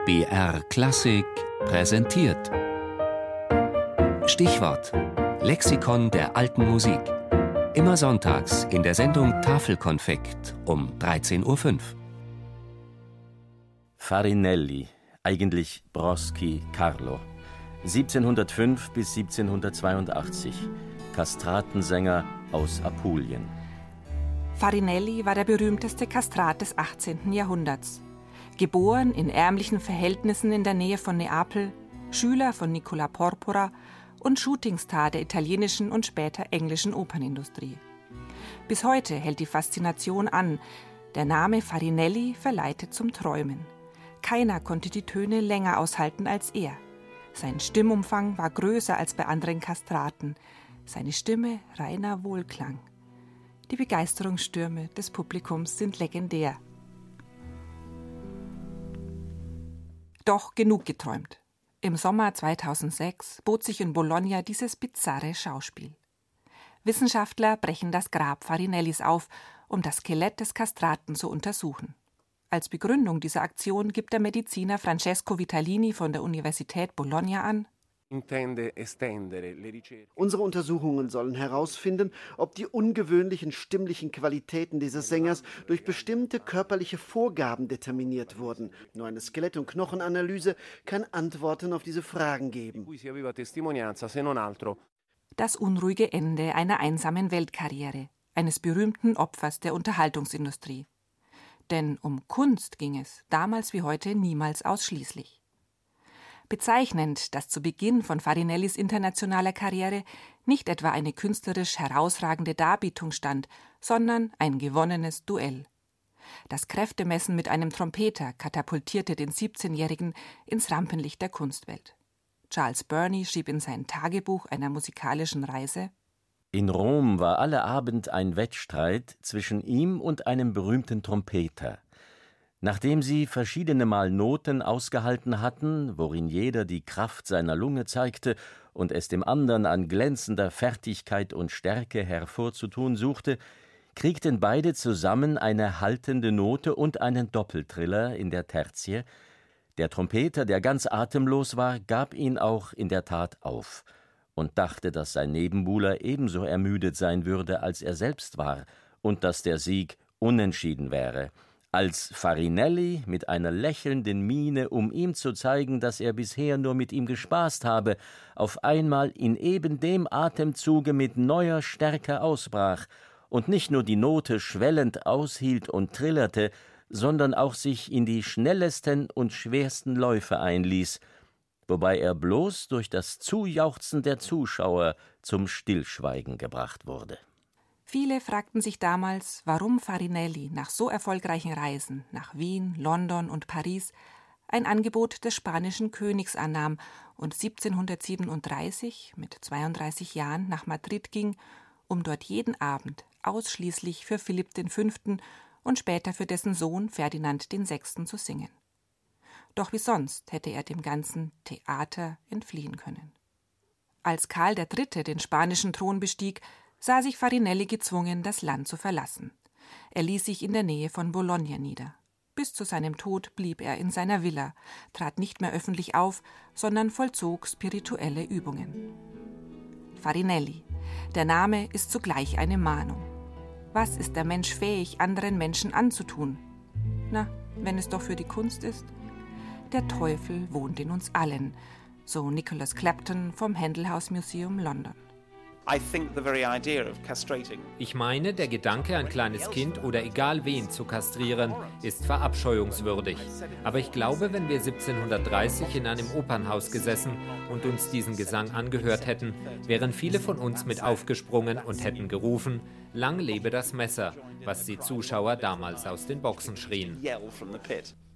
BR Klassik präsentiert. Stichwort: Lexikon der alten Musik. Immer sonntags in der Sendung Tafelkonfekt um 13:05 Uhr. Farinelli, eigentlich Broski Carlo, 1705 bis 1782, Kastratensänger aus Apulien. Farinelli war der berühmteste Kastrat des 18. Jahrhunderts. Geboren in ärmlichen Verhältnissen in der Nähe von Neapel, Schüler von Nicola Porpora und Shootingstar der italienischen und später englischen Opernindustrie. Bis heute hält die Faszination an. Der Name Farinelli verleitet zum Träumen. Keiner konnte die Töne länger aushalten als er. Sein Stimmumfang war größer als bei anderen Kastraten. Seine Stimme reiner Wohlklang. Die Begeisterungsstürme des Publikums sind legendär. Doch genug geträumt. Im Sommer 2006 bot sich in Bologna dieses bizarre Schauspiel. Wissenschaftler brechen das Grab Farinellis auf, um das Skelett des Kastraten zu untersuchen. Als Begründung dieser Aktion gibt der Mediziner Francesco Vitalini von der Universität Bologna an: Unsere Untersuchungen sollen herausfinden, ob die ungewöhnlichen stimmlichen Qualitäten dieses Sängers durch bestimmte körperliche Vorgaben determiniert wurden. Nur eine Skelett- und Knochenanalyse kann Antworten auf diese Fragen geben. Das unruhige Ende einer einsamen Weltkarriere, eines berühmten Opfers der Unterhaltungsindustrie. Denn um Kunst ging es, damals wie heute, niemals ausschließlich. Bezeichnend, dass zu Beginn von Farinellis internationaler Karriere nicht etwa eine künstlerisch herausragende Darbietung stand, sondern ein gewonnenes Duell. Das Kräftemessen mit einem Trompeter katapultierte den 17-Jährigen ins Rampenlicht der Kunstwelt. Charles Burney schrieb in sein Tagebuch einer musikalischen Reise: In Rom war alle Abend ein Wettstreit zwischen ihm und einem berühmten Trompeter. Nachdem sie verschiedene Mal Noten ausgehalten hatten, worin jeder die Kraft seiner Lunge zeigte und es dem anderen an glänzender Fertigkeit und Stärke hervorzutun suchte, kriegten beide zusammen eine haltende Note und einen Doppeltriller in der Tertie. Der Trompeter, der ganz atemlos war, gab ihn auch in der Tat auf und dachte, dass sein Nebenbuhler ebenso ermüdet sein würde, als er selbst war, und dass der Sieg unentschieden wäre, als Farinelli mit einer lächelnden Miene, um ihm zu zeigen, dass er bisher nur mit ihm gespaßt habe, auf einmal in eben dem Atemzuge mit neuer Stärke ausbrach und nicht nur die Note schwellend aushielt und trillerte, sondern auch sich in die schnellesten und schwersten Läufe einließ, wobei er bloß durch das Zujauchzen der Zuschauer zum Stillschweigen gebracht wurde. Viele fragten sich damals, warum Farinelli nach so erfolgreichen Reisen nach Wien, London und Paris ein Angebot des spanischen Königs annahm und 1737 mit 32 Jahren nach Madrid ging, um dort jeden Abend ausschließlich für Philipp V. und später für dessen Sohn Ferdinand VI. Zu singen. Doch wie sonst hätte er dem ganzen Theater entfliehen können. Als Karl III. Den spanischen Thron bestieg, sah sich Farinelli gezwungen, das Land zu verlassen. Er ließ sich in der Nähe von Bologna nieder. Bis zu seinem Tod blieb er in seiner Villa, trat nicht mehr öffentlich auf, sondern vollzog spirituelle Übungen. Farinelli. Der Name ist zugleich eine Mahnung. Was ist der Mensch fähig, anderen Menschen anzutun? Na, wenn es doch für die Kunst ist? Der Teufel wohnt in uns allen, so Nicholas Clapton vom Handel House Museum, London. Ich meine, der Gedanke, ein kleines Kind oder egal wen zu kastrieren, ist verabscheuungswürdig. Aber ich glaube, wenn wir 1730 in einem Opernhaus gesessen und uns diesen Gesang angehört hätten, wären viele von uns mit aufgesprungen und hätten gerufen: Lang lebe das Messer, was die Zuschauer damals aus den Boxen schrien.